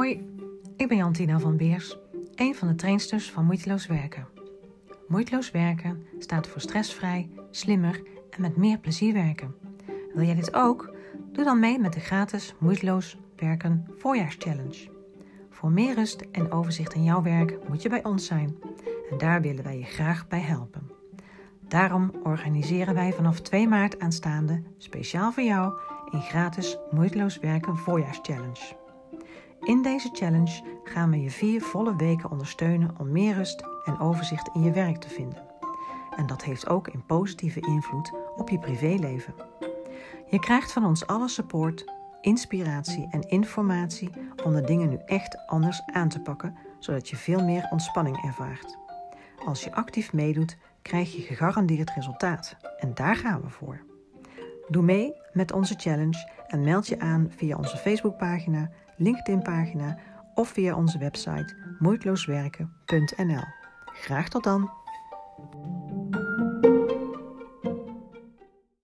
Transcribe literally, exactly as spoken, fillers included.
Hoi, ik ben Jantina van Beers, een van de trainsters van Moeiteloos Werken. Moeiteloos Werken staat voor stressvrij, slimmer en met meer plezier werken. Wil jij dit ook? Doe dan mee met de gratis Moeiteloos Werken Voorjaarschallenge. Voor meer rust en overzicht in jouw werk moet je bij ons zijn. En daar willen wij je graag bij helpen. Daarom organiseren wij vanaf twee maart aanstaande, speciaal voor jou, een gratis Moeiteloos Werken Voorjaarschallenge. In deze challenge gaan we je vier volle weken ondersteunen om meer rust en overzicht in je werk te vinden. En dat heeft ook een positieve invloed op je privéleven. Je krijgt van ons alle support, inspiratie en informatie om de dingen nu echt anders aan te pakken, zodat je veel meer ontspanning ervaart. Als je actief meedoet, krijg je gegarandeerd resultaat. En daar gaan we voor. Doe mee met onze challenge en meld je aan via onze Facebookpagina, LinkedIn-pagina of via onze website moeitelooswerken punt n l. Graag tot dan!